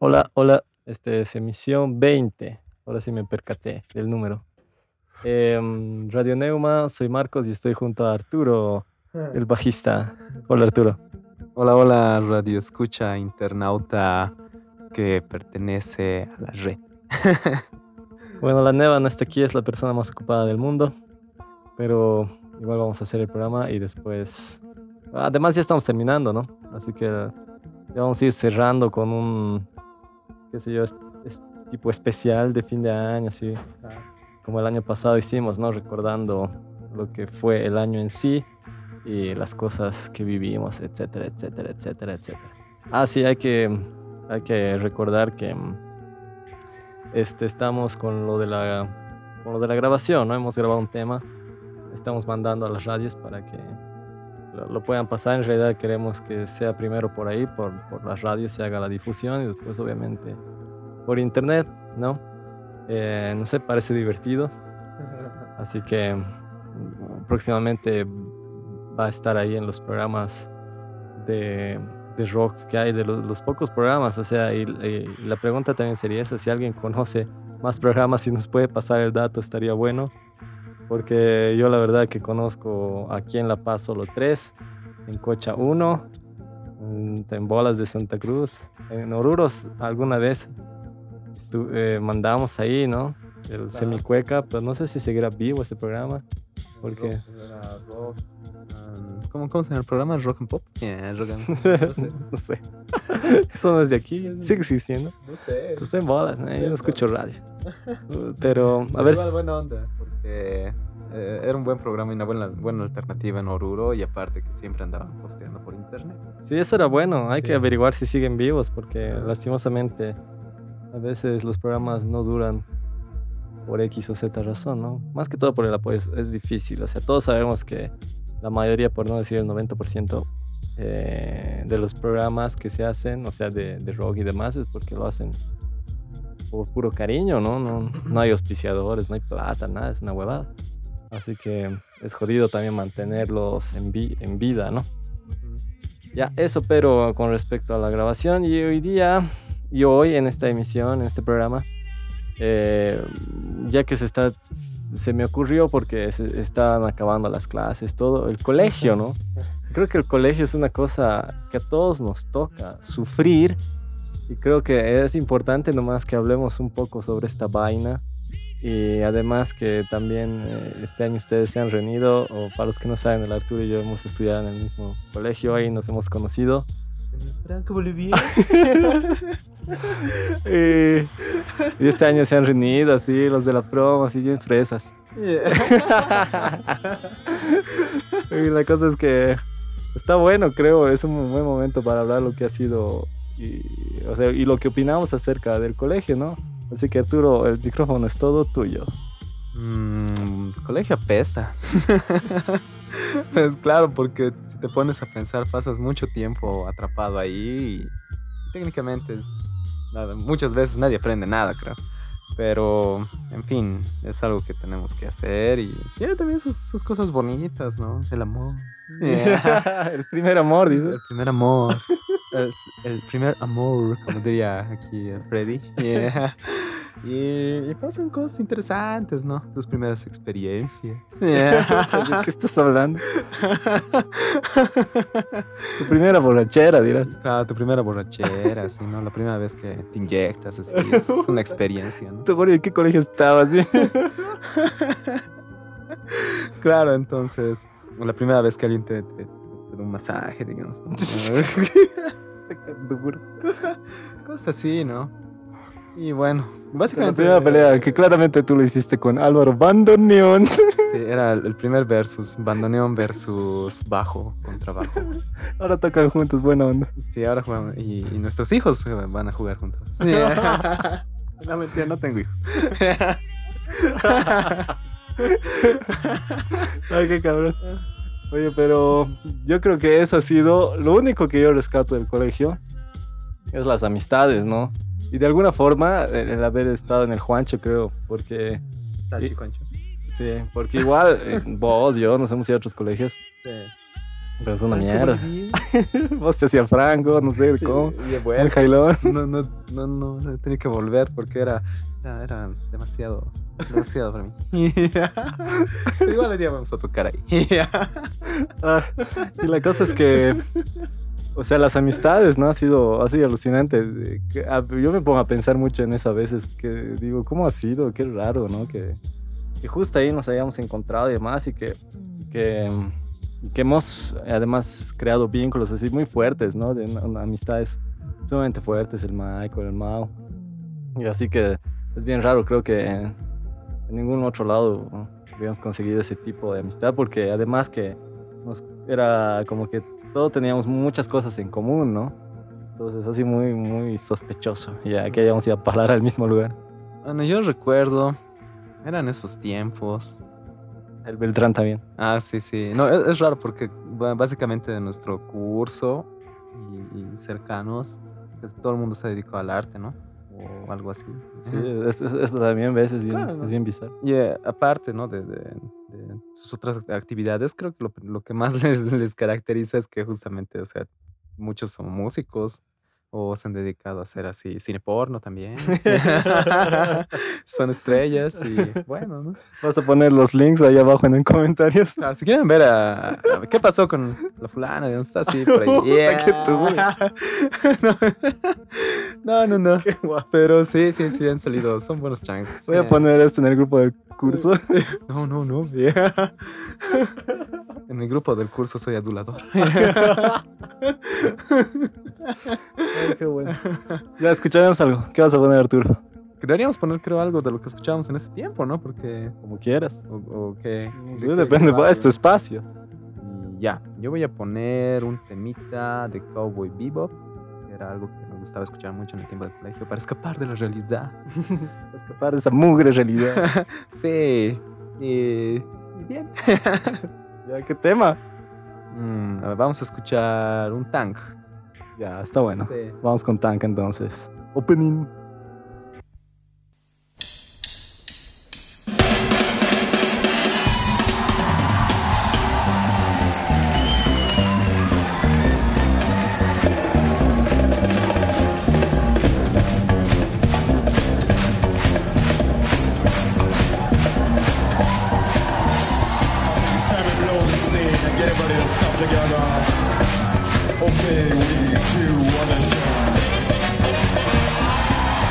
Hola, hola, este es emisión 20. Ahora sí me percaté del número. Radio Neuma, soy Marcos y estoy junto a Arturo, el bajista. Hola, Arturo. Hola, hola, radio escucha internauta que pertenece a la red. Bueno, la Neva no está aquí, es la persona más ocupada del mundo, pero igual vamos a hacer el programa y después. Además, ya estamos terminando, ¿no? Así que ya vamos a ir cerrando con un, qué sé yo, tipo especial de fin de año, así como el año pasado hicimos, ¿no? Recordando lo que fue el año en sí y las cosas que vivimos, etcétera, etcétera, etcétera, etcétera. Sí, hay que recordar que estamos con lo de la grabación, ¿no? Hemos grabado un tema, estamos mandando a las radios para que lo puedan pasar. En realidad queremos que sea primero por ahí, por las radios se haga la difusión y después obviamente por internet, ¿no? No sé, parece divertido. Así que próximamente va a estar ahí en los programas de rock que hay, de los pocos programas. O sea, y la pregunta también sería esa: si alguien conoce más programas y nos puede pasar el dato, estaría bueno. Porque yo la verdad que conozco aquí en La Paz solo tres: en Cocha uno, en Bolas de Santa Cruz, en Oruros alguna vez mandamos ahí, ¿no? El Semicueca, pero no sé si seguirá vivo ese programa, porque Rock, ¿cómo se llama el programa? ¿Rock and Pop? No sé. no sé. Eso no es de aquí, sigue existiendo. No sé. Tú estás en bolas, ¿no? Yo no escucho radio. Pero, a ver. Igual buena onda, porque era un buen programa y una buena alternativa en Oruro, y aparte que siempre andaban posteando por internet. Sí, eso era bueno. Hay Sí. que averiguar si siguen vivos, porque lastimosamente a veces los programas no duran por X o Z razón, ¿no? Más que todo por el apoyo, es difícil. O sea, todos sabemos que la mayoría, por no decir el 90%, de los programas que se hacen, o sea, de rock y demás, es porque lo hacen por puro cariño, ¿no? No hay auspiciadores, no hay plata, nada, es una huevada. Así que es jodido también mantenerlos en vida, ¿no? Ya, eso, pero con respecto a la grabación, y hoy en esta emisión, en este programa, ya que se me ocurrió porque se estaban acabando las clases, todo, el colegio, ¿no? Creo que el colegio es una cosa que a todos nos toca sufrir, y creo que es importante nomás que hablemos un poco sobre esta vaina. Y además que también este año ustedes se han reunido, o para los que no saben, el Arturo y yo hemos estudiado en el mismo colegio, ahí nos hemos conocido. Franco Boliviano. Y este año se han reunido así, los de la promo, así bien fresas. Y la cosa es que está bueno, creo, es un buen momento para hablar lo que ha sido y lo que opinamos acerca del colegio, ¿no? Así que Arturo, el micrófono es todo tuyo. Colegio apesta. Pues claro, porque si te pones a pensar, pasas mucho tiempo atrapado ahí y técnicamente muchas veces nadie aprende nada, creo. Pero, en fin, es algo que tenemos que hacer y tiene también sus cosas bonitas, ¿no? El amor. El primer amor, dice. El primer amor. Es el primer amor, como diría aquí Freddy. Y pasan cosas interesantes, ¿no? Tus primeras experiencias. ¿De qué estás hablando? Tu primera borrachera, dirás. Claro, tu primera borrachera, así, ¿no? La primera vez que te inyectas, así, es una experiencia, ¿no? ¿Tú, ¿en qué colegio estabas? Claro, entonces, la primera vez que alguien te da un masaje, digamos, ¿no? Cosas así, ¿no? Y bueno, básicamente la primera pelea, que claramente tú lo hiciste con Álvaro Bandoneón. Sí, era el primer versus, bandoneón versus bajo contra bajo. Ahora tocan juntos, buena onda. Sí, ahora jugamos, y nuestros hijos van a jugar juntos. Sí. No, mentira, no tengo hijos. Ay, qué cabrón. Oye, pero yo creo que eso ha sido lo único que yo rescato del colegio, es las amistades, ¿no? Y de alguna forma el haber estado en el Juancho, creo, porque... Salchi Juancho. Sí, porque igual vos, yo, nos hemos ido a otros colegios. Sí. Pero es una Ay, qué mierda. volví. Vos te hacía Franco, no sé cómo. Y he El vuelto. Jailón. No, tenía que volver porque era demasiado para mí. Pero igual el día vamos a tocar ahí. Ah, y la cosa es que, o sea, las amistades, ¿no? Ha sido alucinante. Yo me pongo a pensar mucho en eso a veces, que digo, ¿cómo ha sido? Qué raro, ¿no? Que justo ahí nos hayamos encontrado y demás, y que hemos además creado vínculos así muy fuertes, ¿no? De amistades sumamente fuertes, el Michael, el Mao. Y así que es bien raro, creo que en ningún otro lado habíamos conseguido ese tipo de amistad, porque además que era como que todos teníamos muchas cosas en común, ¿no? Entonces así muy, muy sospechoso, ya que hayamos ido a parar al mismo lugar. Bueno, yo recuerdo, eran esos tiempos. El Beltrán también. Ah, sí. No, es raro porque básicamente de nuestro curso y cercanos, pues todo el mundo se dedicó al arte, ¿no? O algo así. Sí, eso también ves, es bien, Claro, ¿no? es bien bizarro. Y aparte, ¿no? De sus otras actividades, creo que lo que más les caracteriza es que justamente, o sea, muchos son músicos o se han dedicado a hacer así cine porno también. Son estrellas y bueno, ¿no? Vas a poner los links ahí abajo en los comentarios. Claro, si quieren ver a qué pasó con la fulana, ¿de dónde está? Sí, por ahí. Puta, que tú. No. Pero sí, han salido, son buenos chances. Voy a poner esto en el grupo del curso. No. En mi grupo del curso soy adulador. Ay, qué bueno. Ya escucharemos algo. ¿Qué vas a poner, Arturo? Deberíamos poner, creo, algo de lo que escuchábamos en ese tiempo, ¿no? Porque... Como quieras. O qué... Sí, depende, es tu espacio. Y ya, yo voy a poner un temita de Cowboy Bebop, que era algo que me gustaba escuchar mucho en el tiempo del colegio, para escapar de la realidad. Para escapar de esa mugre realidad. Sí, y bien. Ya, ¿qué tema? A ver, vamos a escuchar un tank. Ya, está bueno. Sí. Vamos con Tank entonces. Opening. Okay, we 2, 1, and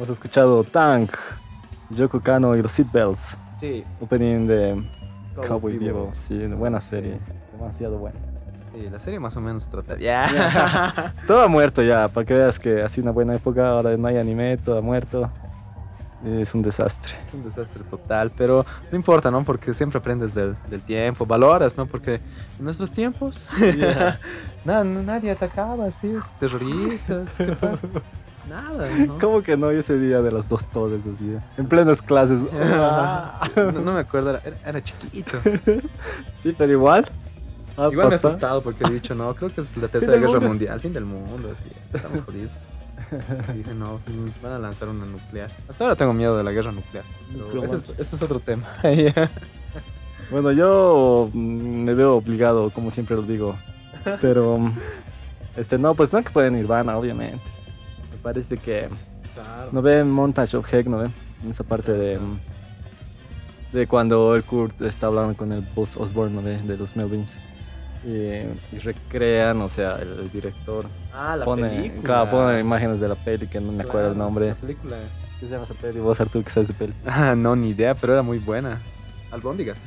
¿Has escuchado Tank, Yoko Kanno y los Seatbelts? Sí. Opening de Cowboy Cowboy Bebop. Bebop. Sí, buena serie. Demasiado buena. Sí, la serie más o menos trata. Ya. Todo ha muerto ya, para que veas que ha sido una buena época, ahora no hay anime, todo ha muerto. Es un desastre. Un desastre total, pero no importa, ¿no? Porque siempre aprendes del tiempo, valoras, ¿no? Porque en nuestros tiempos Yeah. nadie atacaba así, terroristas, ¿qué pasa? Nada, ¿no? ¿Cómo que no? Yo ese día de las 2 torres así, en plenas clases. No me acuerdo, era chiquito. Sí, pero igual. Igual me he pasado. asustado porque he dicho, no, creo que es la tercera del guerra mundo. mundial, fin del mundo, así, estamos jodidos. Y dije, no, sí, van a lanzar una nuclear. Hasta ahora tengo miedo de la guerra nuclear. Pero ese es otro tema. Bueno, yo me veo obligado, como siempre lo digo. Pero, no, pues no que pueden Nirvana, obviamente. Me parece que Claro. no ven Montage of Heck, ¿no ven? En esa parte de cuando el Kurt está hablando con el Buzz Osborne, ¿no ve? De los Melvins. Y recrean, o sea, el director Ah, la pone, película. claro, pone imágenes de la peli que no me acuerdo el Claro, nombre. La película. ¿Qué se llama esa peli? Vos, Artur, que sabes de pelis. Ah, no, ni idea, pero era muy buena. Albóndigas.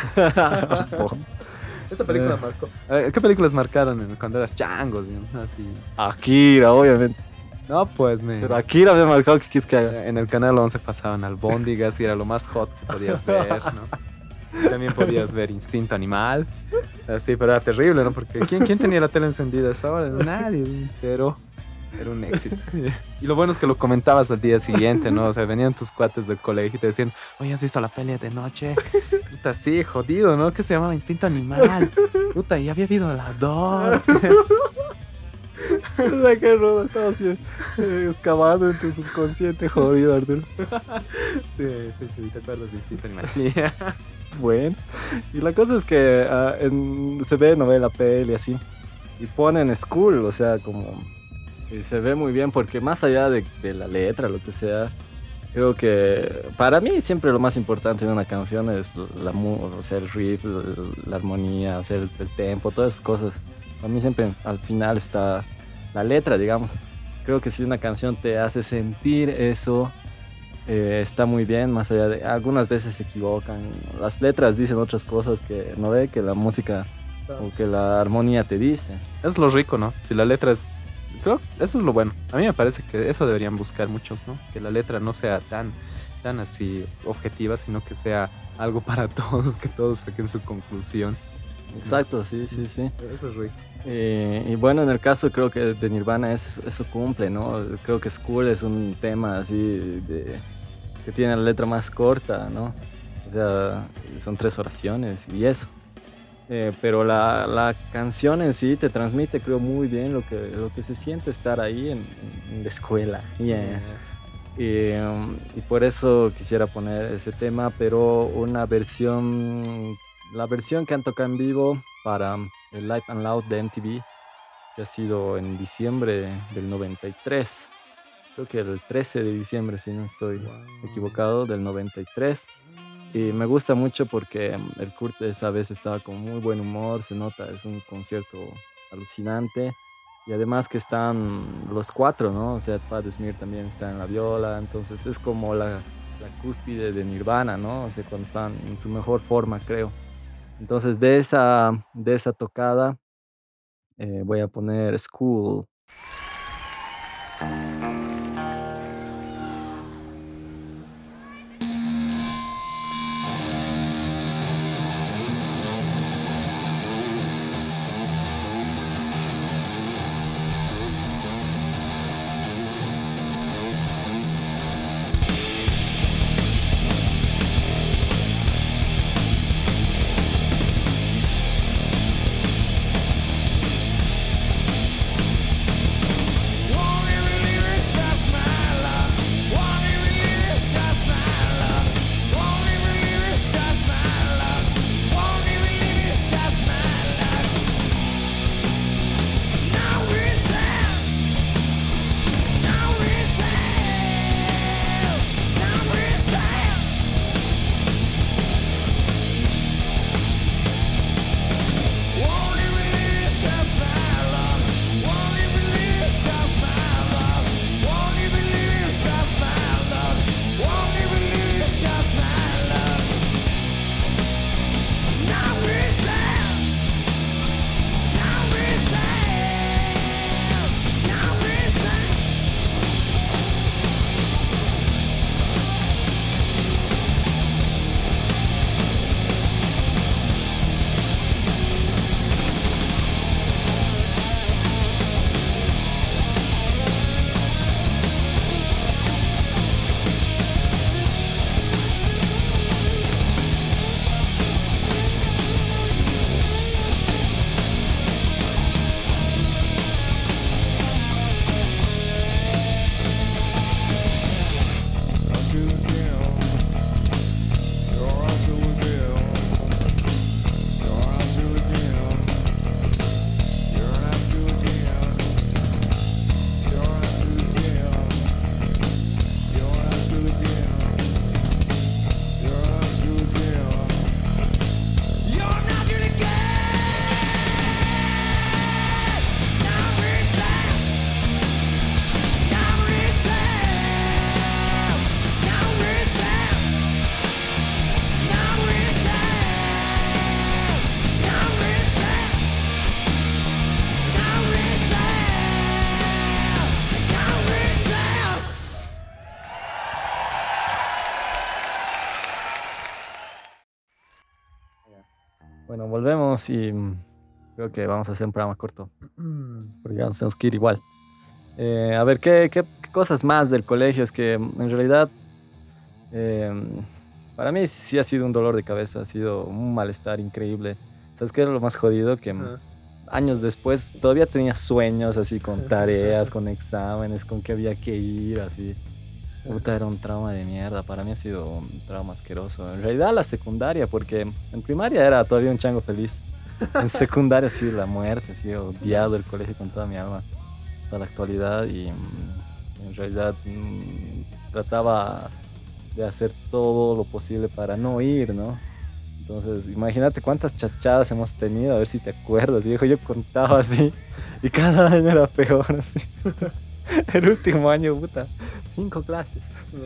Esta película marcó. ¿Qué películas marcaron cuando eras changos? ¿No? Así. Akira, obviamente. No, pues me. Pero Akira había marcado que quieres que haga. En el canal 11 pasaban albóndigas y era lo más hot que podías ver, ¿no? Y también podías ver Instinto Animal. Así, pero era terrible, ¿no? Porque ¿quién tenía la tele encendida a esa hora? Nadie, pero era un éxito. Y lo bueno es que lo comentabas al día siguiente, ¿no? O sea, venían tus cuates del colegio y te decían, oye, ¿has visto la peli de noche? Puta, sí, jodido, ¿no? Que se llamaba Instinto Animal. Puta, y había habido la 2. O sea, qué rudo, estaba así excavando en tu subconsciente, jodido, Arturo. Sí, ¿te acuerdas de Instinto Animal? Bueno, y la cosa es que se ve novela, peli, así, y ponen School, o sea, como, y se ve muy bien, porque más allá de la letra, lo que sea, creo que para mí siempre lo más importante de una canción es o sea, el riff, la armonía, o sea, el tempo, todas esas cosas. Para mí siempre al final está la letra, digamos. Creo que si una canción te hace sentir eso, está muy bien, más allá de algunas veces se equivocan, las letras dicen otras cosas que no ve que la música o que la armonía te dice. Es lo rico, ¿no? Si la letra es... Creo eso es lo bueno. A mí me parece que eso deberían buscar muchos, ¿no? Que la letra no sea tan así objetiva, sino que sea algo para todos, que todos saquen su conclusión. Exacto, sí. Eso es rico. Y bueno, en el caso creo que de Nirvana eso cumple, ¿no? Creo que School es un tema así que tiene la letra más corta, ¿no? O sea, son 3 oraciones y eso. Pero la canción en sí te transmite, creo, muy bien lo que se siente estar ahí en la escuela. Yeah. Y por eso quisiera poner ese tema, pero la versión que han tocado en vivo para el Live and Loud de MTV, que ha sido en diciembre del 93. Creo que el 13 de diciembre, si no estoy equivocado, del 93. Y me gusta mucho porque el Kurt esa vez estaba con muy buen humor, se nota, es un concierto alucinante. Y además que están los 4, ¿no? O sea, Pat Smear también está en la viola, entonces es como la cúspide de Nirvana, ¿no? O sea, cuando están en su mejor forma, creo. Entonces, de esa tocada, voy a poner School. Won't you believe it's just my Bueno, volvemos y creo que vamos a hacer un programa corto, porque ya nos tenemos que ir igual. A ver, ¿qué cosas más del colegio? Es que en realidad para mí sí ha sido un dolor de cabeza, ha sido un malestar increíble. ¿Sabes qué era lo más jodido? Que años después todavía tenía sueños así con tareas, con exámenes, con que había que ir, así. Puta, era un trauma de mierda. Para mí ha sido un trauma asqueroso. En realidad la secundaria, porque en primaria era todavía un chango feliz. En secundaria sí, la muerte, sí, he odiado el colegio con toda mi alma hasta la actualidad y en realidad trataba de hacer todo lo posible para no ir, ¿no? Entonces, imagínate cuántas chachadas hemos tenido, a ver si te acuerdas, viejo. Yo contaba así y cada año era peor, así. El último año, puta, 5 clases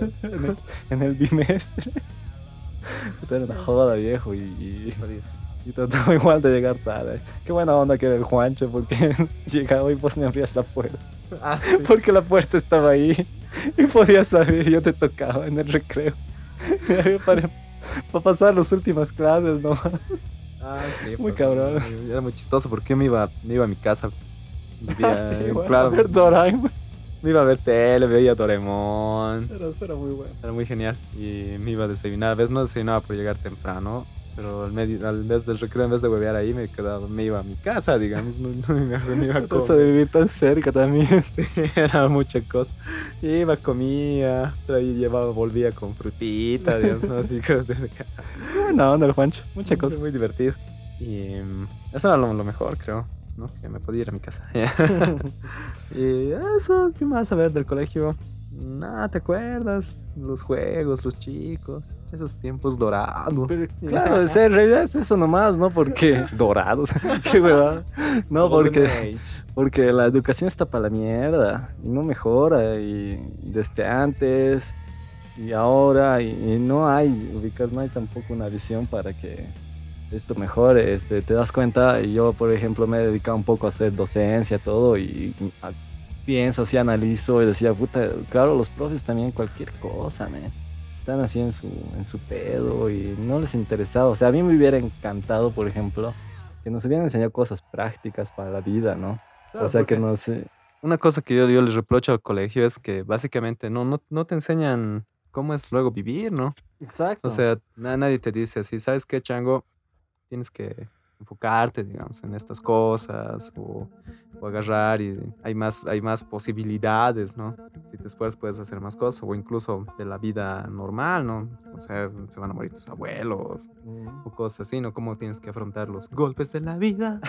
en el bimestre. Puta, era una joda, viejo, y trataba igual de llegar tarde. Qué buena onda que era el Juancho, porque llegaba y vos me abrías la puerta. Sí. Porque la puerta estaba ahí y podías salir, yo te tocaba en el recreo. Para pasar las últimas clases, ¿no? Sí, muy cabrón. Era muy chistoso porque me iba a mi casa. Vivía, sí, bueno, claro, a ver Doraemon. Me iba a ver tele, veía Doraemon. Eso era muy bueno. Era muy genial. Y me iba a desayunar. A veces no desayunaba por llegar temprano. Pero al mes del recreo, en vez de huevear ahí, me iba a mi casa, digamos. No me iba a comer. Eso de vivir tan cerca también. Sí, era mucha cosa. Iba, comía, volvía con frutita, digamos, ¿no? Así que buena onda el Juancho, mucha cosa. Muy divertido. Y eso era lo mejor, creo, ¿no? Que me podía ir a mi casa. Y eso, ¿qué más a ver del colegio? Nada, ¿te acuerdas? Los juegos, los chicos, esos tiempos dorados. Pero, claro, en realidad es eso nomás, ¿no? Porque dorados, qué huevada. No, porque la educación está para la mierda y no mejora y desde antes y ahora y no hay, ubicas, no hay tampoco una visión para que esto mejore. Te das cuenta, y yo por ejemplo me he dedicado un poco a hacer docencia, todo, y pienso así, analizo y decía, puta, claro, los profes también cualquier cosa, man. Están así en su pedo y no les interesaba. O sea, a mí me hubiera encantado, por ejemplo, que nos hubieran enseñado cosas prácticas para la vida, ¿no? Claro, o sea, que no sé. Una cosa que yo les reprocho al colegio es que básicamente no te enseñan cómo es luego vivir, ¿no? Exacto. O sea, nadie te dice así, ¿sabes qué, chango? Tienes que enfocarte, digamos, en estas cosas o agarrar y hay más posibilidades, ¿no? Si te esfuerzas puedes hacer más cosas o incluso de la vida normal, ¿no? O sea, se van a morir tus abuelos o cosas así, ¿no? Cómo tienes que afrontar los golpes de la vida.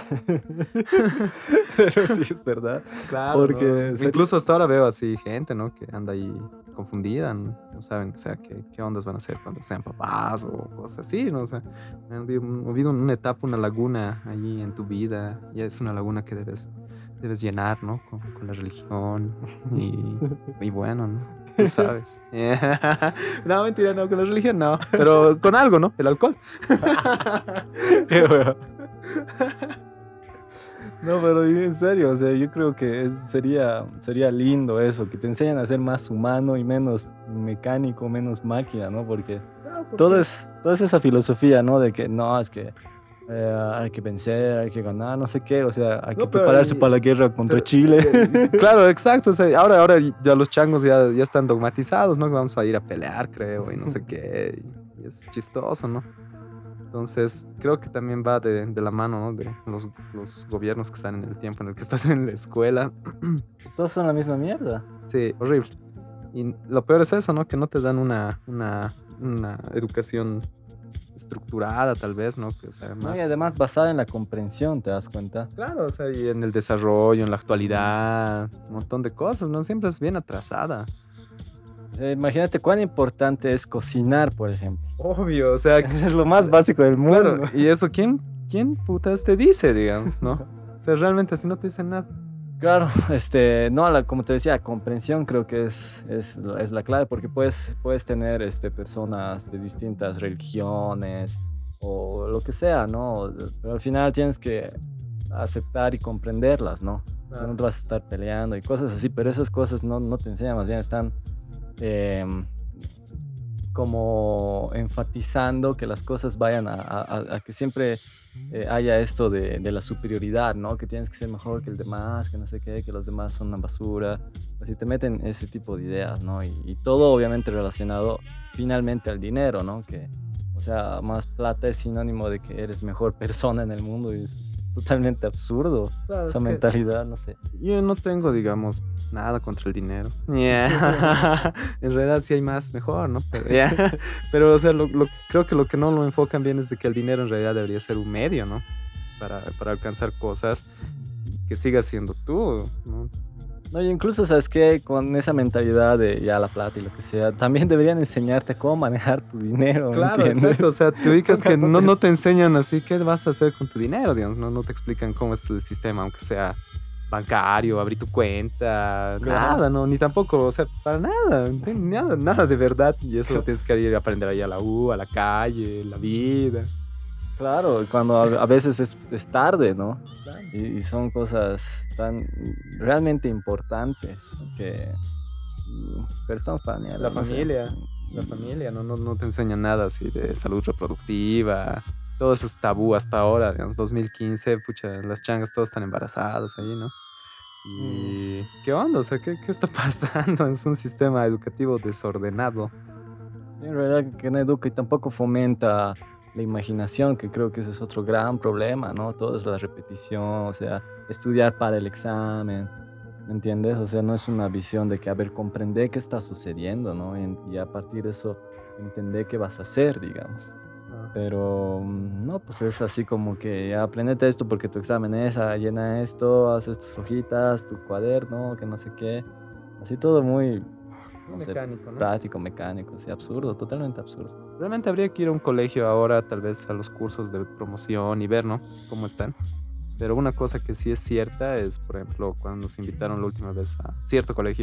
Pero sí es verdad. Claro, porque ¿no? Incluso hasta ahora veo así gente, ¿no? Que anda ahí confundida, no saben, o sea, qué ondas van a hacer cuando sean papás o cosas así, ¿no? O sea, ha habido una etapa, una laguna ahí en tu vida y es una laguna que debes llenar, ¿no? Con la religión y bueno, ¿no? Tú sabes. No, mentira, no, con la religión no, pero con algo, ¿no? El alcohol. Qué bueno. No, pero en serio, o sea, yo creo que sería lindo eso, que te enseñan a ser más humano y menos mecánico, menos máquina, ¿no? Porque toda es esa filosofía, ¿no? De que no, es que hay que vencer, hay que ganar, no sé qué, o sea, hay que prepararse para la guerra contra Chile. Claro, exacto, o sea, ahora ya los changos ya están dogmatizados, ¿no? Vamos a ir a pelear, creo, y no sé qué, y es chistoso, ¿no? Entonces, creo que también va de la mano, ¿no? De los gobiernos que están en el tiempo en el que estás en la escuela. Todos son la misma mierda. Sí, horrible. Y lo peor es eso, ¿no? Que no te dan una educación estructurada, tal vez, ¿no? Que, o sea, No, y más... además basada en la comprensión, ¿te das cuenta? Claro, o sea, y en el desarrollo, en la actualidad, un montón de cosas, ¿no? Siempre es bien atrasada. O sea, imagínate cuán importante es cocinar, por ejemplo. Obvio, o sea, Es lo más básico del mundo. claro, y eso, ¿quién putas te dice, digamos, no? O sea, realmente así no te dicen nada. Claro, no, como te decía, comprensión creo que es la clave, porque puedes tener personas de distintas religiones o lo que sea, ¿no? Pero al final tienes que aceptar y comprenderlas, ¿no? O sea, no te vas a estar peleando y cosas así, pero esas cosas no te enseñan, más bien están em, como enfatizando que las cosas vayan a que siempre haya esto de la superioridad, ¿no? Que tienes que ser mejor que el demás, que no sé qué, que los demás son una basura. Así te meten ese tipo de ideas, ¿no? Y todo obviamente relacionado finalmente al dinero, ¿no? Que, o sea, más plata es sinónimo de que eres mejor persona en el mundo y es totalmente absurdo Claro, esa es que mentalidad, no sé. yo no tengo, digamos, nada contra el dinero. Yeah. En realidad sí hay más, mejor, ¿no? Pero, yeah. Pero o sea, creo que lo que no lo enfocan bien es de que el dinero en realidad debería ser un medio, ¿no? Para alcanzar cosas y que sigas siendo tú, ¿no? No, y incluso, ¿sabes qué? Con esa mentalidad de ya la plata y lo que sea, también deberían enseñarte cómo manejar tu dinero, ¿me Claro, entiendes? exacto. O sea, te ubicas que Nunca no te enseñan así qué vas a hacer con tu dinero, digamos. No te explican cómo es el sistema, aunque sea bancario, abrir tu cuenta, Claro. nada, no, ni tampoco, o sea, para nada, nada de verdad. Y eso lo tienes que ir a aprender ahí a la U, a la calle, la vida. Claro, cuando a veces es tarde, ¿no? Claro. Y son cosas tan realmente importantes que pero estamos para mierda, La no sé. familia, la familia, no te enseña nada así de salud reproductiva. Todo eso es tabú hasta ahora, digamos, 2015, pucha, las changas todas están embarazadas ahí, ¿no? Mm, ¿Y qué onda? O sea, ¿qué está pasando? Es un sistema educativo desordenado. sí, en realidad que no educa y tampoco fomenta la imaginación, que creo que ese es otro gran problema, ¿no? Todo es la repetición, o sea, estudiar para el examen, ¿me entiendes? O sea, no es una visión de que, a ver, comprender qué está sucediendo, ¿no? Y a partir de eso, entender qué vas a hacer, digamos. Ah. Pero no, pues es así como que ya aprendete esto porque tu examen es, llena esto, haz estas hojitas, tu cuaderno, que no sé qué. Así todo muy, Muy no sé, mecánico, ¿no? práctico, mecánico, sí, absurdo, totalmente absurdo. Realmente habría que ir a un colegio ahora, tal vez a los cursos de promoción y ver, ¿no? Cómo están. Pero una cosa que sí es cierta es, por ejemplo, cuando nos invitaron la última vez a cierto colegio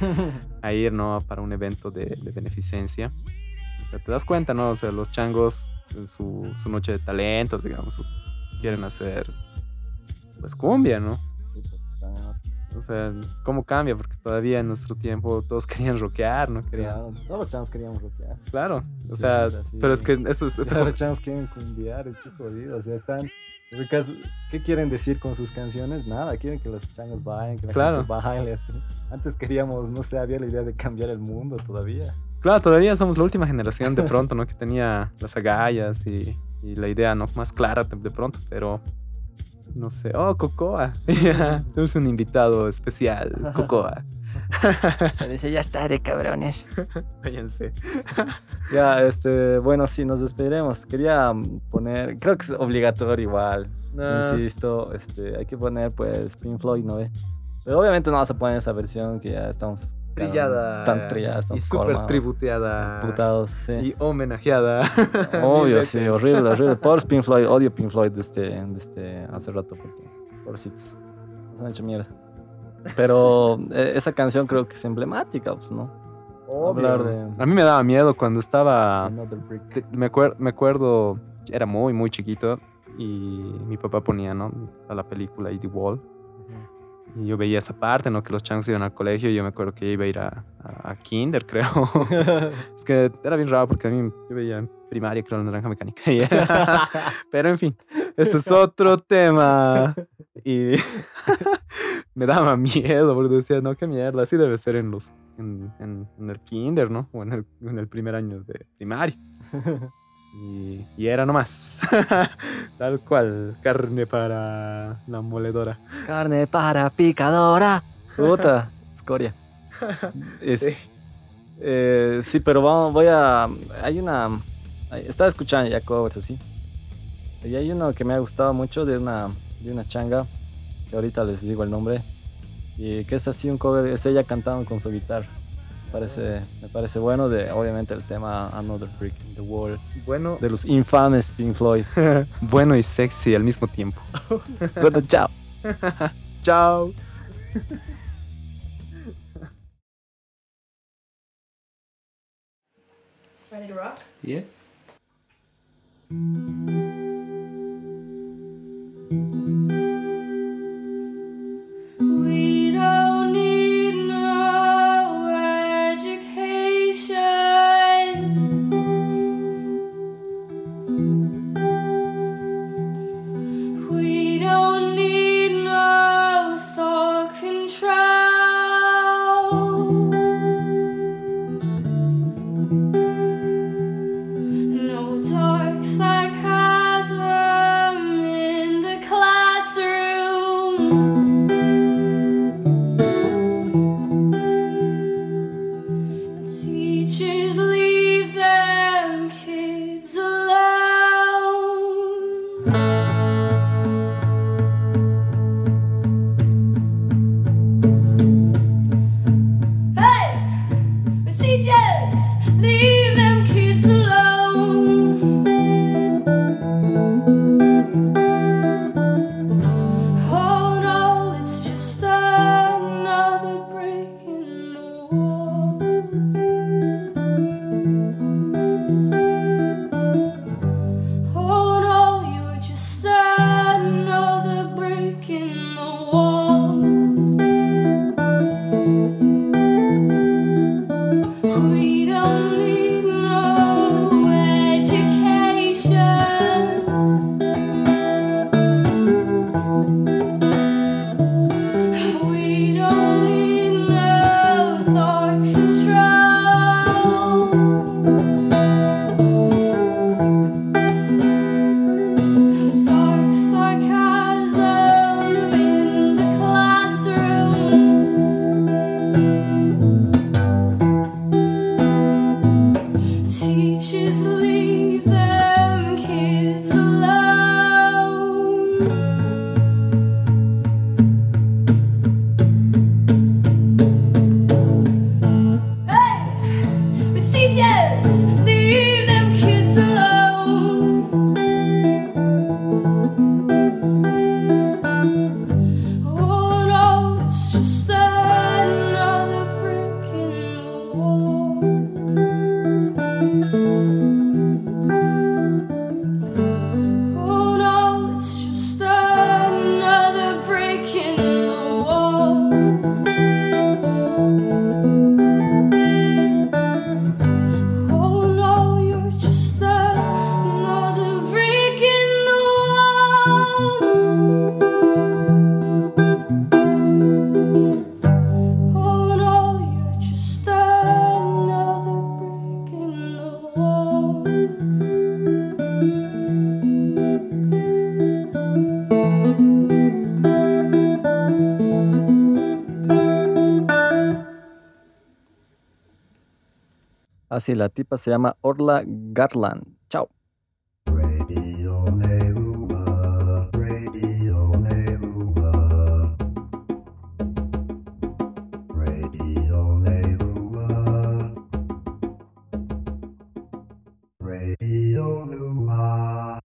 a ir, ¿no? Para un evento de beneficencia. O sea, te das cuenta, ¿no? O sea, los changos en su noche de talentos, digamos, quieren hacer, pues, cumbia, ¿no? Sí, pues, está- O sea, ¿cómo cambia? Porque todavía en nuestro tiempo todos querían rockear, ¿no? Querían... Claro, todos los chavos queríamos rockear. Claro, o Sí, sea, así. pero es que eso es... Todos los chavos quieren cumbiar, es que jodido. O sea, ¿qué quieren decir con sus canciones? Nada, quieren que los changos vayan, que la Claro. gente baile así. Antes queríamos, no sé, había la idea de cambiar el mundo todavía. Claro, todavía somos la última generación de pronto, ¿no? Que tenía las agallas y la idea, ¿no? Más clara de pronto, pero... No sé. Oh, Cocoa. Tenemos un invitado especial, Cocoa. Se dice, ya estaré, cabrones. Váyanse. Ya, bueno, sí, nos despediremos. Quería poner, creo que es obligatorio igual. Insisto, hay que poner pues Pink Floyd, ¿no ve? Pero obviamente no vas a poner esa versión que ya estamos Trillada. tan trillada, Y estamos súper colmados, tributeada. putados, sí. Y homenajeada. Mil Obvio, sí, veces. horrible, horrible. Pobres Pink Floyd, odio Pink Floyd hace rato porque pobrecitos, nos han hecho mierda. Pero esa canción creo que es emblemática, pues, ¿no? Hablar de A mí me daba miedo cuando estaba... Another Brick. Me acuerdo, era muy, muy chiquito y mi papá ponía, ¿no? A la película y The Wall. Y yo veía esa parte, ¿no? Que los changos iban al colegio y yo me acuerdo que iba a ir a kinder, creo. Es que era bien raro porque a mí yo veía en primaria, creo, la naranja mecánica. Pero en fin, eso es otro tema. Y me daba miedo porque decía, no, qué mierda, así debe ser en el kinder, ¿no? O en el primer año de primaria. Y era nomás. Tal cual, carne para la moledora. Carne para picadora. Puta, escoria. Sí. Sí, pero voy a... Hay una... Estaba escuchando ya covers así. Y hay uno que me ha gustado mucho de una changa, que ahorita les digo el nombre, y que es así un cover, es ella cantando con su guitarra. Me parece bueno, obviamente el tema Another Brick in the Wall, Bueno, de los infames Pink Floyd. bueno y sexy al mismo tiempo. Bueno, chao. Chao. Ready to rock? Yeah. We don't need no education. We don't need no thought control. No dark sarcasm in the classroom. Teachers leave them kids alone. Hey, teachers leave them kids alone. Oh no, it's just another break in the wall. Oh no, you're just another brick in the wall. We don't need no education. We don't need no thought control. Dark sarcasm in the classroom. Teachers leave them kids alone. Hey, but teachers leave them kids alone. Oh no, it's just another brick in the wall. Oh no, it's just another brick in the wall. Oh no, you're just another brick in the wall. Oh no, you're just another brick in the wall. Así, la tipa se llama Orla Garland. Chao. Radio Neuma, Radio Neuma, Radio